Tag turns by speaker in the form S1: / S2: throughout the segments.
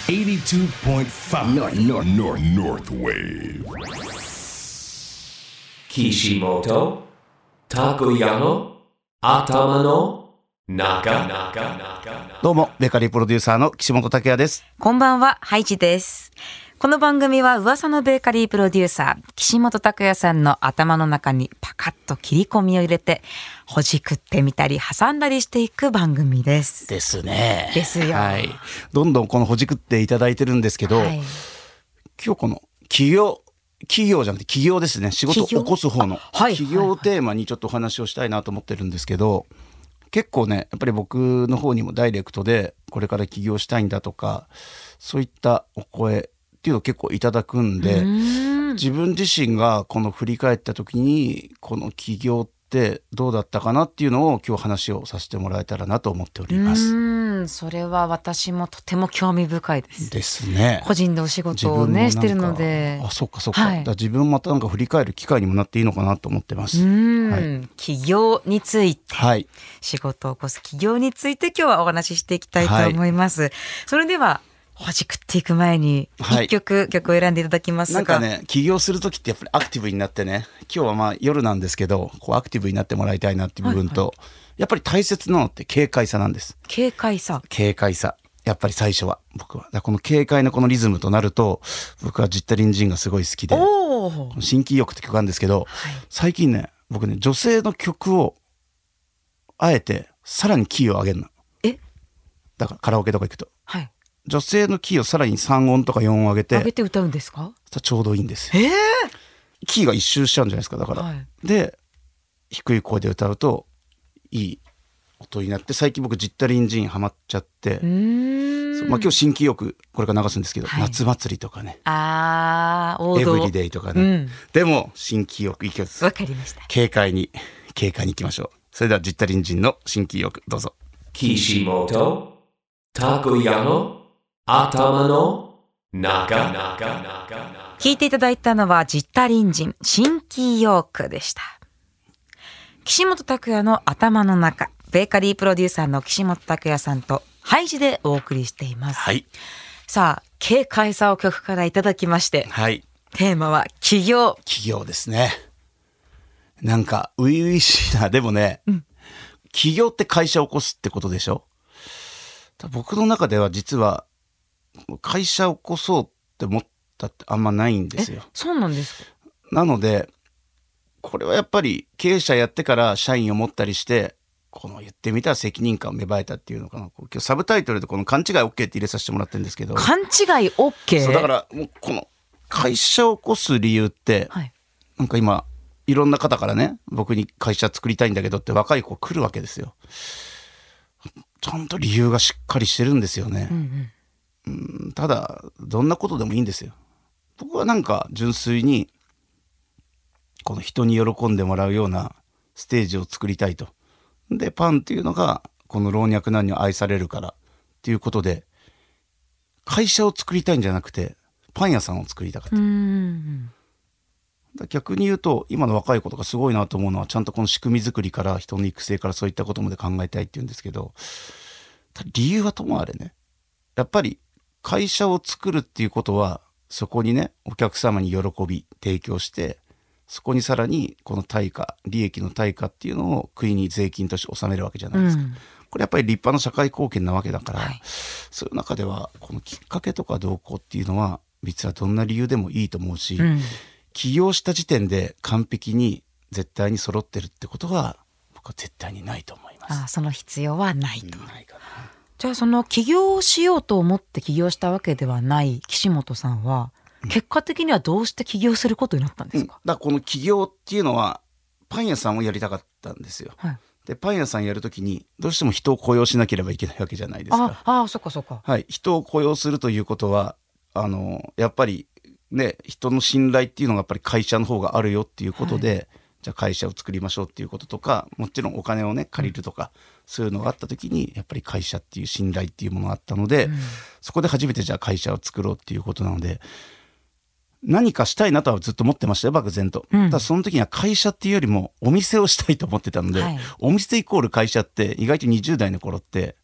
S1: 82.5 North Wave
S2: 岸本拓也の頭の中。
S3: どうもベーカリープロデューサーの岸本拓也です。
S4: こんばんは、ハイジです。この番組は噂のベーカリープロデューサー岸本拓也さんの頭の中にパカッと切り込みを入れてほじくってみたり挟んだりしていく番組です。
S3: ですね。
S4: ですよ。
S3: はい。どんどんこのほじくっていただいてるんですけど、
S4: はい、
S3: 今日この企業じゃなくて起業ですね。仕事を起こす方の起業をテーマにちょっとお話をしたいなと思ってるんですけど、結構ねやっぱり僕の方にもダイレクトでこれから起業したいんだとかそういったお声っていうのを結構いただくんで、自分自身がこの振り返った時にこの起業ってどうだったかなっていうのを今日話をさせてもらえたらなと思っております。
S4: それは私もとても興味深いです。
S3: ですね。
S4: 個人でお仕事をねしてるので、
S3: そっか、だから自分またなんか振り返る機会にもなっていいのかなと思ってます。
S4: 起業について、仕事を起こす起業について今日はお話ししていきたいと思います。それではほじくっていく前に一曲を選んでいただきますが、
S3: なんかね起業する時ってやっぱりアクティブになってね、今日はまあ夜なんですけどこうアクティブになってもらいたいなっていう部分と、やっぱり大切なのって軽快さなんです。
S4: 軽快さ
S3: やっぱり最初は僕はこの軽快なこのリズムとなると僕はジッタリンジンがすごい好きで、新規欲って曲なんですけど、最近ね僕ね女性の曲をあえてさらにキーを上げるの。だからカラオケとか行くと、女性のキーをさらに3音とか4音上げて
S4: 歌うんですか？
S3: ちょうどいいんですよ。キーが一周しちゃうんじゃないですか。だから、で低い声で歌うといい音になって、最近僕ジッタリンジンハマっちゃって、今日新規欲これから流すんですけど、夏祭りとかね、
S4: 王道
S3: エブリデイとかね、でも新規欲いきます。
S4: わかりました。
S3: 軽快にいきましょう。それではジッタリンジンの新規欲どうぞ。
S2: 岸本拓也の頭の中。
S4: 聞いていただいたのはジッタリンジン新規ヨークでした。岸本拓也の頭の中、ベーカリープロデューサーの岸本拓也さんとハイジでお送りしています。さあ軽快さを曲からいただきまして、テーマは起業
S3: ですね。なんか初々しいな。でもね、起業って会社を起こすってことでしょ。僕の中では実は会社を起こそうって思ったってあんまないんですよ。
S4: そうなんですか。
S3: なのでこれはやっぱり経営者やってから社員を持ったりして、この言ってみたら責任感を芽生えたっていうのかな。今日サブタイトルでこの勘違い OK って入れさせてもらってるんですけど、
S4: 勘違い OK？
S3: そうだからもうこの会社を起こす理由って、なんか今いろんな方からね、僕に会社作りたいんだけどって若い子来るわけですよ。ちゃんと理由がしっかりしてるんですよね。ただどんなことでもいいんですよ。僕はなんか純粋にこの人に喜んでもらうようなステージを作りたいと。でパンっていうのがこの老若男女愛されるからっていうことで、会社を作りたいんじゃなくてパン屋さんを作りたかった。逆に言うと今の若い子とかすごいなと思うのは、ちゃんとこの仕組み作りから人の育成からそういったことまで考えたいっていうんですけど、理由はともあれね、やっぱり会社を作るっていうことはそこにねお客様に喜び提供して、そこにさらにこの対価、利益の対価っていうのを国に税金として納めるわけじゃないですか。これやっぱり立派な社会貢献なわけだから、そういう中ではこのきっかけとかどうこうっていうのは実はどんな理由でもいいと思うし、起業した時点で完璧に絶対に揃ってるってことは僕は絶対にないと思います。
S4: その必要はないと。
S3: ないかな。
S4: じゃあその起業をしようと思って起業したわけではない岸本さんは、結果的にはどうして起業することになったんですか？
S3: だからこの起業っていうのはパン屋さんをやりたかったんですよ。でパン屋さんやるときにどうしても人を雇用しなければいけないわけじゃないですか。
S4: そっかそっか。
S3: 人を雇用するということはやっぱりね、人の信頼っていうのがやっぱり会社の方があるよっていうことで、じゃあ会社を作りましょうっていうこととか、もちろんお金をね借りるとか、そういうのがあった時にやっぱり会社っていう信頼っていうものがあったので、そこで初めてじゃあ会社を作ろうっていうことなので、何かしたいなとはずっと思ってましたよ、漠然と。ただその時には会社っていうよりもお店をしたいと思ってたので、お店イコール会社って意外と20代の頃って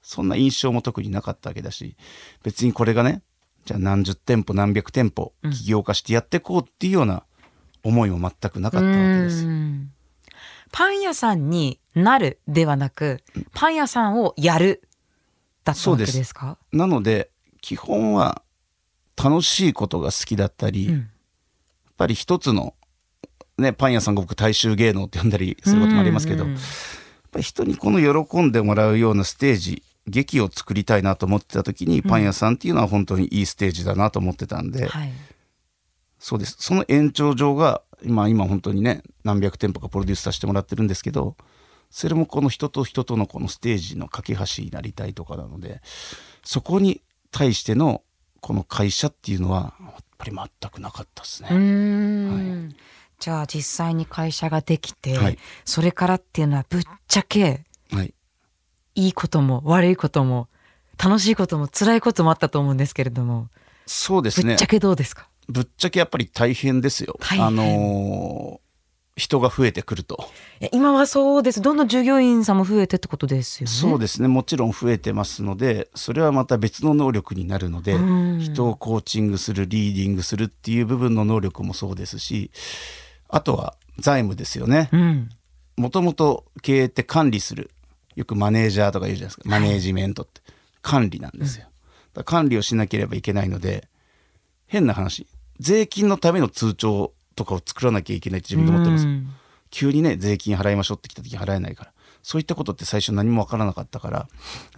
S3: そんな印象も特になかったわけだし、別にこれがねじゃあ何十店舗何百店舗起業化してやっていこうっていうような思いも全くなかったわけですよ。
S4: パン屋さんになるではなく、パン屋さんをやるだったわけですか？
S3: なので基本は楽しいことが好きだったり、やっぱり一つの、ね、パン屋さんが僕大衆芸能って呼んだりすることもありますけど、やっぱり人にこの喜んでもらうようなステージ、劇を作りたいなと思ってた時に、パン屋さんっていうのは本当にいいステージだなと思ってたんで、はい、そうです。その延長上が今本当にね何百店舗かプロデュースさせてもらってるんですけど、それもこの人と人とのこのステージの架け橋になりたいとかなので、そこに対してのこの会社っていうのはやっぱり全くなかったですね。
S4: はい、じゃあ実際に会社ができて、はい、それからっていうのはぶっちゃけ、はい、いいことも悪いことも楽しいことも辛いこともあったと思うんですけれども、
S3: そうですね。
S4: ぶっちゃけどうですか？
S3: ぶっちゃけやっぱり大変ですよ。人が増えてくると。
S4: 今はそうです。どんどん従業員さんも増えてってことですよね。
S3: そうですね。もちろん増えてますので、それはまた別の能力になるので、人をコーチングする、リーディングするっていう部分の能力もそうですし、あとは財務ですよね。もともと経営って管理する、よくマネージャーとか言うじゃないですか。マネージメントって管理なんですよ。だから管理をしなければいけないので、変な話、税金のための通帳とかを作らなきゃいけないって自分で思ってます。急にね税金払いましょうって来た時に払えないから、そういったことって最初何も分からなかったから、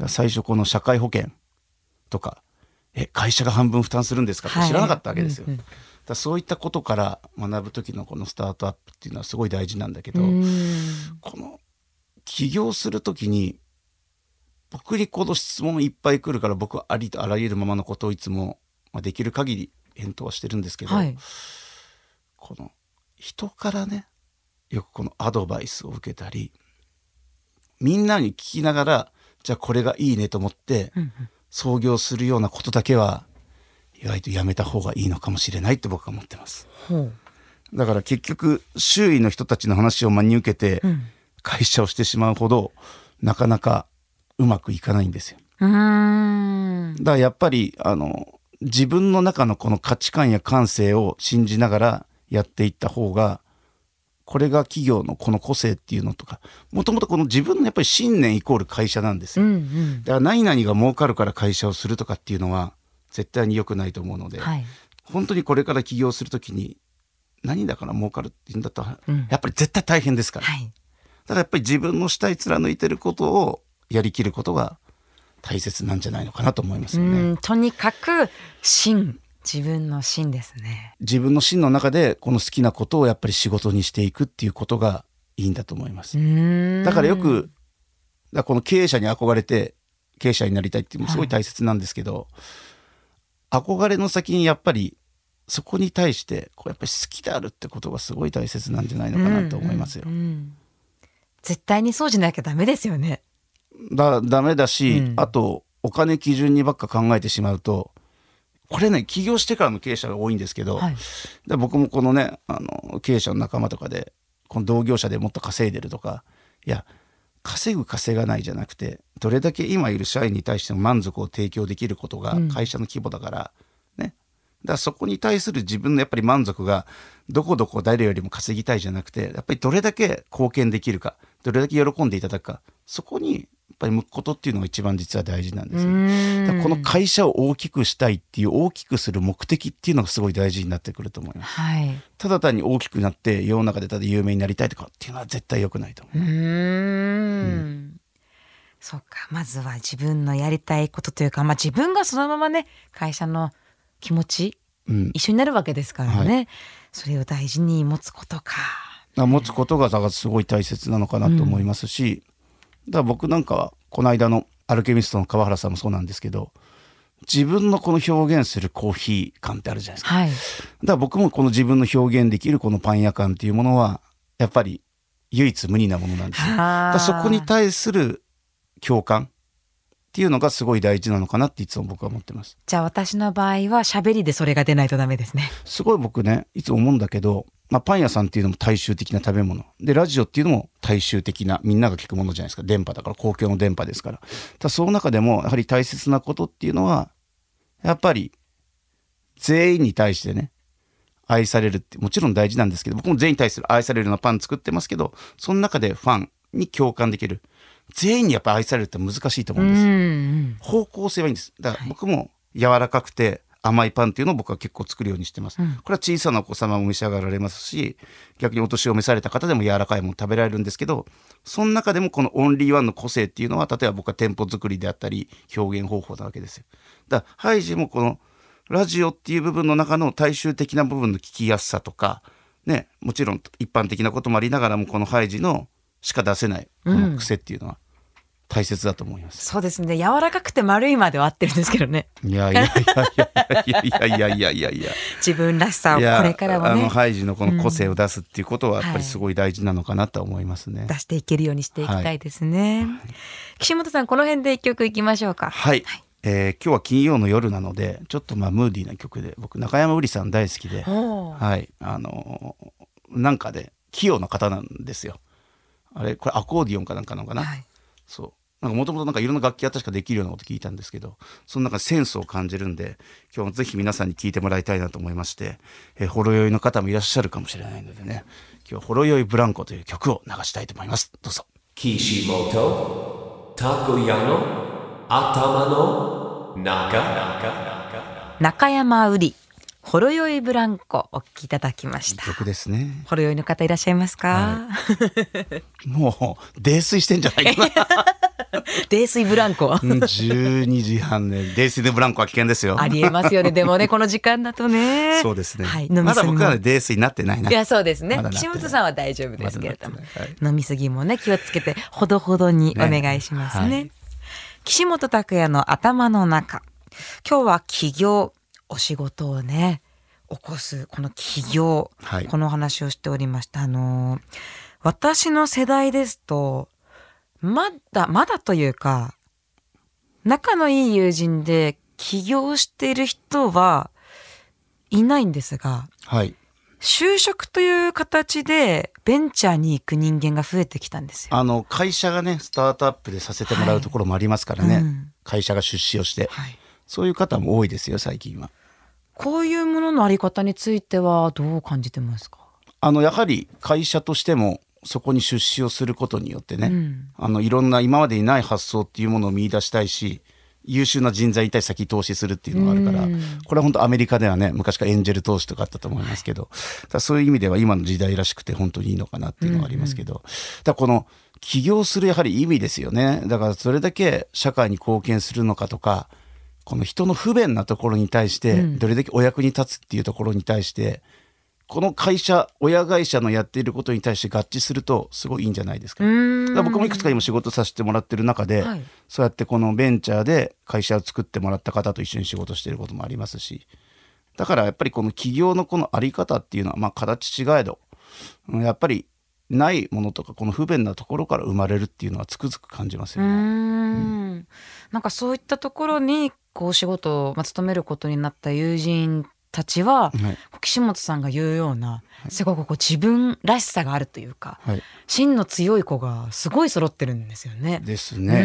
S3: 最初この社会保険とか会社が半分負担するんですかって知らなかったわけですよ。だそういったことから学ぶ時のこのスタートアップっていうのはすごい大事なんだけど、この起業する時に僕にこの質問いっぱい来るから、僕はありとあらゆるままのことをいつもできる限り返答はしてるんですけど、はい、この人からねよくこのアドバイスを受けたり、みんなに聞きながらじゃあこれがいいねと思って創業するようなことだけは意外とやめた方がいいのかもしれないって僕は思ってます。だから結局周囲の人たちの話を真に受けて会社をしてしまうほどなかなかうまくいかないんですよ。だからやっぱり自分の中のこの価値観や感性を信じながらやっていった方が、これが企業のこの個性っていうのとか、もともとこの自分のやっぱり信念イコール会社なんですよ。だから何々が儲かるから会社をするとかっていうのは絶対に良くないと思うので、はい、本当にこれから起業するときに何だから儲かるっていうんだったら、やっぱり絶対大変ですから、はい、だからやっぱり自分の主体貫いてることをやりきることが大切なんじゃないのかなと思いますよね。
S4: とにかく自分の芯ですね。
S3: 自分の芯の中でこの好きなことをやっぱり仕事にしていくっていうことがいいんだと思います。だからよくこの経営者に憧れて経営者になりたいっていうのもすごい大切なんですけど、はい、憧れの先にやっぱりそこに対してこうやっぱり好きであるってことがすごい大切なんじゃないのかなと思いますよ。
S4: 絶対にそうじゃなきゃダメですよね。
S3: ダメだし、あとお金基準にばっか考えてしまうと、これね起業してからの経営者が多いんですけど、はい、で僕もこのね経営者の仲間とかでこの同業者でもっと稼いでるとか、いや稼ぐ稼がないじゃなくて、どれだけ今いる社員に対しての満足を提供できることが会社の規模だからね、だからそこに対する自分のやっぱり満足がどこどこ誰よりも稼ぎたいじゃなくて、やっぱりどれだけ貢献できるか、どれだけ喜んでいただくか、そこにやっぱり向くことっていうのが一番実は大事なんですよ。だからこの会社を大きくしたいっていう大きくする目的っていうのがすごい大事になってくると思います、はい、ただ単に大きくなって世の中でただ有名になりたいとかっていうのは絶対良くないと思う。
S4: そうか、まずは自分のやりたいことというか、自分がそのままね会社の気持ち、一緒になるわけですからね、はい、それを大事に持つことか。
S3: 持つことがだからすごい大切なのかなと思いますし、だから僕なんかはこの間のアルケミストの川原さんもそうなんですけど、自分のこの表現するコーヒー感ってあるじゃないですか、はい、だから僕もこの自分の表現できるこのパン屋感っていうものはやっぱり唯一無二なものなんですよ。だからそこに対する共感っていうのがすごい大事なのかなっていつも僕は思ってます。
S4: じゃあ私の場合は喋りでそれが出ないとダメですね。
S3: すごい僕ねいつも思うんだけど、 パン屋さんっていうのも大衆的な食べ物で、ラジオっていうのも大衆的なみんなが聞くものじゃないですか。電波だから、公共の電波ですから。その中でもやはり大切なことっていうのはやっぱり全員に対してね愛されるってもちろん大事なんですけど、僕も全員に対する愛されるようなパン作ってますけど、その中でファンに共感できる、全員にやっぱり愛されるって難しいと思うんです。方向性はいいんです。だから僕も柔らかくて甘いパンっていうのを僕は結構作るようにしてます。これは小さなお子様も召し上がられますし、逆にお年を召された方でも柔らかいもの食べられるんですけど、その中でもこのオンリーワンの個性っていうのは、例えば僕は店舗作りであったり表現方法なわけですよ。だからハイジもこのラジオっていう部分の中の大衆的な部分の聞きやすさとかね、もちろん一般的なこともありながらも、このハイジのしか出せないこの癖っていうのは大切だと思います。
S4: そうですね。柔らかくて丸いまでは合ってるんですけどね。
S3: いやいやいや
S4: 自分らしさをこれからもね、
S3: ハイジのこの個性を出すっていうことはやっぱりすごい大事なのかなと思いますね。
S4: 出していけるようにしていきたいですね。岸本さん、この辺で一曲いきましょうか。
S3: はい、今日は金曜の夜なのでちょっとムーディーな曲で、僕中山うりさん大好きで、なんかで器用な方なんですよ。これアコーディオンかなんかなのかな、そうなんかもともといろんな楽器は確かできるようなこと聞いたんですけど、その中でセンスを感じるんで、今日もぜひ皆さんに聴いてもらいたいなと思いまして、ほろ酔いの方もいらっしゃるかもしれないのでね、今日はほろ酔いブランコという曲を流したいと思います。どうぞ。
S2: 岸本拓也の頭の中。
S4: 中山うり、ほろ酔いブランコお聴きいただきました。
S3: 曲ですね。
S4: ほろ酔いの方いらっしゃいますか？
S3: もう泥酔してんじゃないかな。
S4: 泥酔ブランコ。
S3: 12時半ね、泥酔でブランコは危険ですよ。
S4: ありえますよね。でもね、この時間だとね。
S3: そうですね。
S4: ま
S3: だ僕は泥酔になってないな。
S4: いや、そうですね。岸本さんは大丈夫ですけれども、飲みすぎもね気をつけてほどほどにお願いしますね。岸本拓也の頭の中。今日は起業、お仕事をね起こすこの起業、この話をしておりました。私の世代ですとまだというか、仲のいい友人で起業している人はいないんですが、就職という形でベンチャーに行く人間が増えてきたんですよ。
S3: 会社がねスタートアップでさせてもらうところもありますからね、会社が出資をして、そういう方も多いですよ最近は。こ
S4: ういうもののあり方についてはどう感じてますか？
S3: やはり会社としてもそこに出資をすることによってね、いろんな今までにない発想っていうものを見出したいし、優秀な人材に対して先投資するっていうのがあるから、これは本当アメリカではね昔からエンジェル投資とかあったと思いますけど、そういう意味では今の時代らしくて本当にいいのかなっていうのがありますけど、だこの起業するやはり意味ですよね。だからそれだけ社会に貢献するのかとか、この人の不便なところに対してどれだけお役に立つっていうところに対して、この会社親会社のやっていることに対して合致するとすごいいいんじゃないですか。だから僕もいくつか今仕事させてもらってる中で、そうやってこのベンチャーで会社を作ってもらった方と一緒に仕事していることもありますし、だからやっぱりこの起業のこのあり方っていうのは形違えどやっぱりないものとかこの不便なところから生まれるっていうのはつくづく感じますよね。
S4: なんかそういったところにお仕事を務めることになった友人たちは、岸本さんが言うようなすごく自分らしさがあるというか、芯の強い子がすごい揃ってるんですよね。
S3: ですね。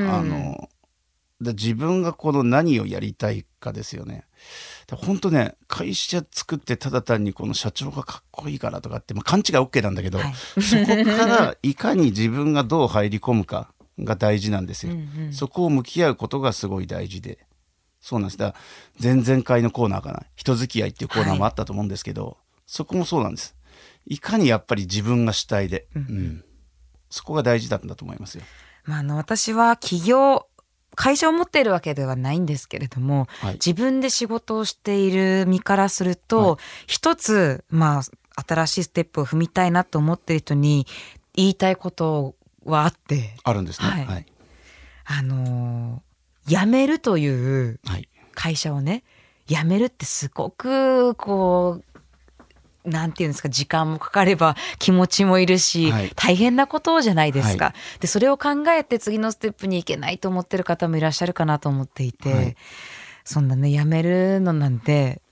S3: 自分がこの何をやりたいかですよね。本当ね、会社作ってただ単にこの社長がかっこいいからとかって、勘違い OK なんだけど、そこからいかに自分がどう入り込むかが大事なんですよ。そこを向き合うことがすごい大事で、そうなんです。だから前々回のコーナーかな、人付き合いっていうコーナーもあったと思うんですけど、そこもそうなんです。いかにやっぱり自分が主体で、そこが大事だったんだと思いますよ。
S4: 私は起業会社を持っているわけではないんですけれども、自分で仕事をしている身からすると、一つ新しいステップを踏みたいなと思っている人に言いたいことはあ
S3: るんですね。
S4: 辞めるという会社をね、辞めるってすごくなんていうんですか、時間もかかれば気持ちもいるし、大変なことじゃないですか。でそれを考えて次のステップに行けないと思ってる方もいらっしゃるかなと思っていて、そんなね辞めるのなんて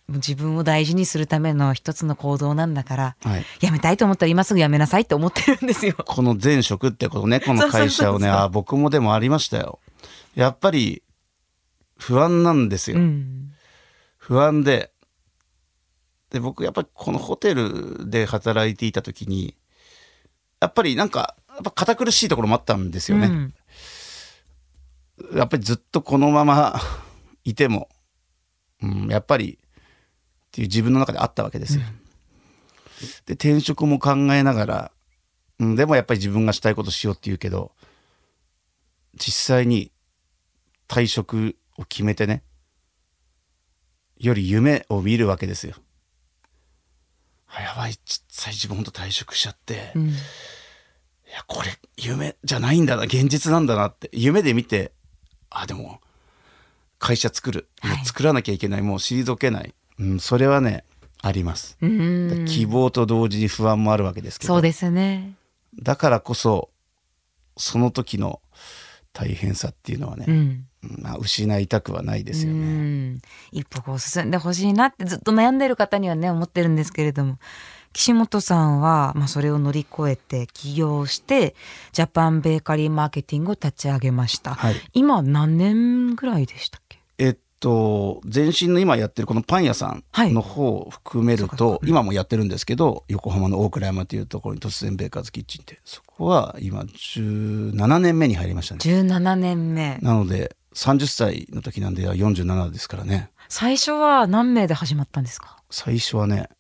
S4: もう自分を大事にするための一つの行動なんだから、
S3: はい、
S4: 辞めたいと思ったら今すぐ辞めなさいって思ってるんですよ。
S3: この前職ってことね、この会社をね、僕もでもありましたよ。やっぱり不安なんですよ、不安で僕やっぱりこのホテルで働いていた時にやっぱりなんかやっぱ堅苦しいところもあったんですよね、やっぱりずっとこのままいても、やっぱりっていう自分の中であったわけですよ、で転職も考えながら、でもやっぱり自分がしたいことしようって言うけど、実際に退職を決めてね、より夢を見るわけですよ。やばい、実際自分本当退職しちゃって、いやこれ夢じゃないんだな、現実なんだなって夢で見て、でも会社作る、もう作らなきゃいけない、もう退けない、それはねあります。希望と同時に不安もあるわけですけど、
S4: そうですね。
S3: だからこそその時の大変さっていうのはね、失いたくはないですよね。
S4: 一歩こう進んでほしいなってずっと悩んでる方にはね思ってるんですけれども、岸本さんは、それを乗り越えて起業してジャパンベーカリーマーケティングを立ち上げました、今何年ぐらいでしたっけ？
S3: 前身の今やってるこのパン屋さんの方を含めると、今もやってるんですけど、横浜の大倉山というところに突然ベーカーズキッチンって、そこは今17年目に入りましたね。17年目なので30歳の時なんで47ですからね。
S4: 最初は何名で始まったんですか？
S3: 最初はね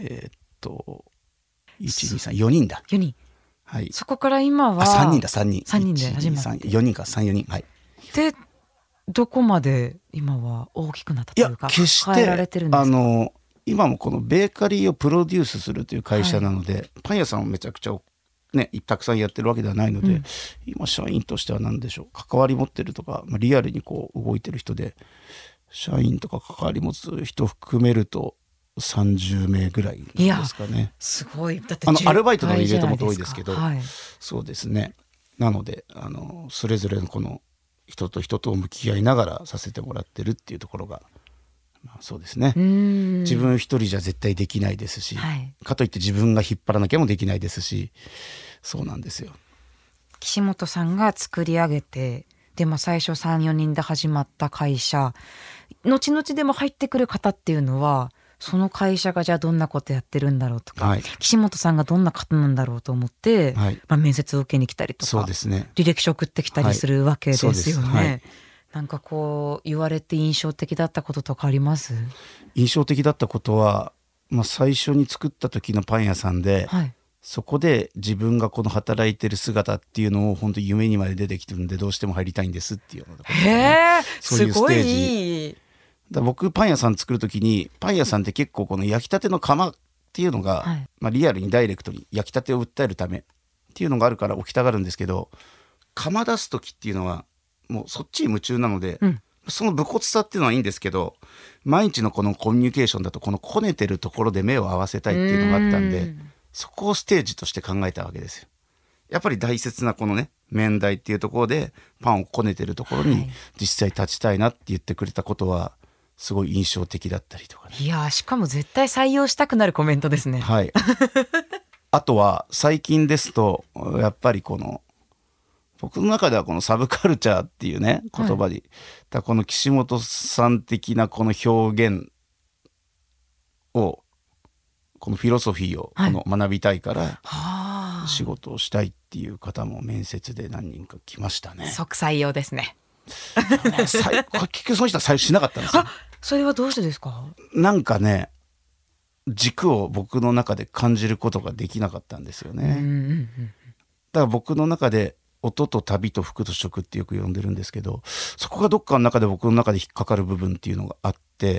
S3: 1,2,3,4人だ。
S4: 4人、
S3: はい。
S4: そこから今は
S3: 3人だ。3人
S4: で始まって
S3: 4人か3、4人、はい。
S4: でどこまで今は大きくなったというか、
S3: 決して
S4: 変えられてるんですか？
S3: 今もこのベーカリーをプロデュースするという会社なので、パン屋さんをめちゃくちゃねたくさんやってるわけではないので、今社員としては何でしょう、関わり持ってるとか、リアルにこう動いてる人で社員とか関わり持つ人含めると30名ぐらいなんですかね。
S4: すごい。だって
S3: アルバイトの入れとも多いですけど、そうですね。なのでそれぞれのこの人と人と向き合いながらさせてもらってるっていうところが、そうですね。自分一人じゃ絶対できないですし、かといって自分が引っ張らなきゃもできないですし、そうなんですよ。
S4: 岸本さんが作り上げて、で最初 3,4 人で始まった会社、後々でも入ってくる方っていうのはその会社がじゃあどんなことやってるんだろうとか、岸本さんがどんな方なんだろうと思って、面接を受けに来たりとか、
S3: そうですね、
S4: 履歴書送ってきたりするわけですよね。なんかこう言われて印象的だったこととかあります？
S3: 印象的だったことは、最初に作った時のパン屋さんで、そこで自分がこの働いてる姿っていうのを本当に夢にまで出てきてるんで、どうしても入りたいんですっていうのが、そういうステージだ。僕パン屋さん作る時に、パン屋さんって結構この焼きたての窯っていうのが、リアルにダイレクトに焼きたてを訴えるためっていうのがあるから置きたがるんですけど、窯出す時っていうのはもうそっちに夢中なので、その武骨さっていうのはいいんですけど、毎日のこのコミュニケーションだとこのこねてるところで目を合わせたいっていうのがあったんで、そこをステージとして考えたわけですよ。やっぱり大切なこのね面台っていうところでパンをこねてるところに実際立ちたいなって言ってくれたことはすごい印象的だったりとかね。
S4: いやしかも絶対採用したくなるコメントですね。
S3: はいあとは最近ですとやっぱりこの僕の中ではこのサブカルチャーっていうね言葉で、この岸本さん的なこの表現をこのフィロソフィーをこの学びたいから仕事をしたいっていう方も面接で何人か来ましたね。
S4: 即採用ですね。
S3: 結局その人は採用しなかったんですよ。
S4: それはどうしてですか？なん
S3: かね軸を僕の中で感じることができなかったんですよね。だから僕の中で音と旅と服と食ってよく呼んでるんですけど、そこがどっかの中で僕の中で引っかかる部分っていうのがあって、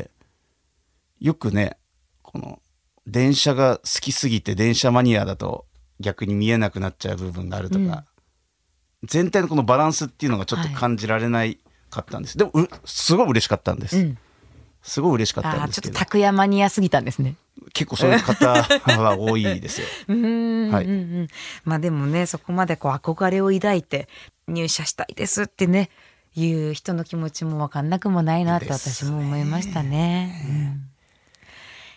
S3: よくねこの電車が好きすぎて電車マニアだと逆に見えなくなっちゃう部分があるとか、全体のこのバランスっていうのがちょっと感じられないかったんです。でもすごい嬉しかったんです、すごい嬉しかったんですけど、
S4: ちょっと拓也マニアすぎたんですね。
S3: 結構そういう方は多いですよ。
S4: でもねそこまでこう憧れを抱いて入社したいですってねいう人の気持ちも分かんなくもないなって私も思いましたね。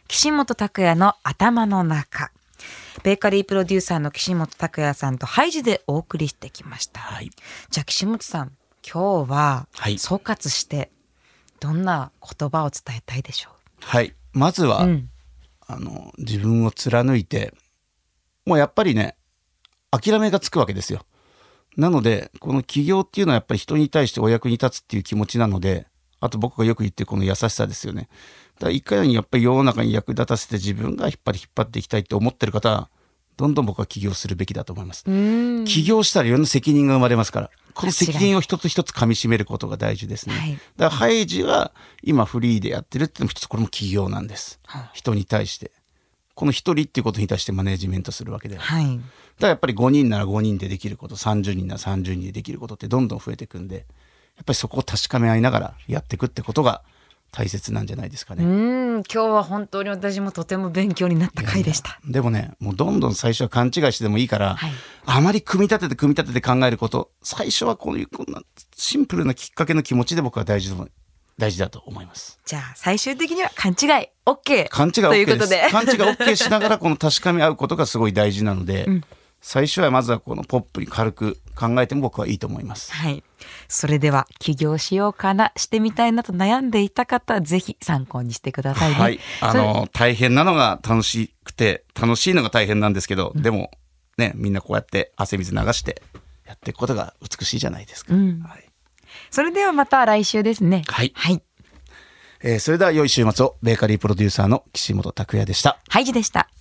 S4: 岸本拓也の頭の中。ベーカリープロデューサーの岸本拓也さんとハイジでお送りしてきました。
S3: はい、
S4: じゃあ岸本さん、今日は総括してどんな言葉を伝えたいでしょう？
S3: はい、まずは、自分を貫いて、もうやっぱりね、諦めがつくわけですよ。なのでこの起業っていうのはやっぱり人に対してお役に立つっていう気持ちなので、あと僕がよく言ってるこの優しさですよね。だから一回にやっぱり世の中に役立たせて自分が引っ張っていきたいって思ってる方はどんどん僕は起業するべきだと思います。起業したらいろんな責任が生まれますから、この責任を一つ一つ噛み締めることが大事ですね。だからハイジは今フリーでやってるっていうのも一つ、これも起業なんです。人に対してこの一人っていうことに対してマネジメントするわけでは、だからやっぱり5人なら5人でできること、30人なら30人でできることってどんどん増えていくんで、やっぱりそこを確かめ合いながらやっていくってことが大切なんじゃないですかね。
S4: 今日は本当に私もとても勉強になった回でした。
S3: でもね、もうどんどん最初は勘違いしてでもいいから、あまり組み立てて考えること、最初はこんなシンプルなきっかけの気持ちで僕は大事だと思います。
S4: じゃあ最終的には勘違い OK
S3: 勘違い OK
S4: ということで、
S3: 勘違い OK しながらこの確かめ合うことがすごい大事なので、最初はまずはこのポップに軽く考えても僕はいいと思います。
S4: それでは起業しようかな、してみたいなと悩んでいた方、ぜひ参考にしてくださいね。
S3: 大変なのが楽しくて、楽しいのが大変なんですけど、でもね、みんなこうやって汗水流してやっていくことが美しいじゃないですか。
S4: それではまた来週ですね。
S3: それでは良い週末を。ベーカリープロデューサーの岸本拓也でした。
S4: ハイジでした。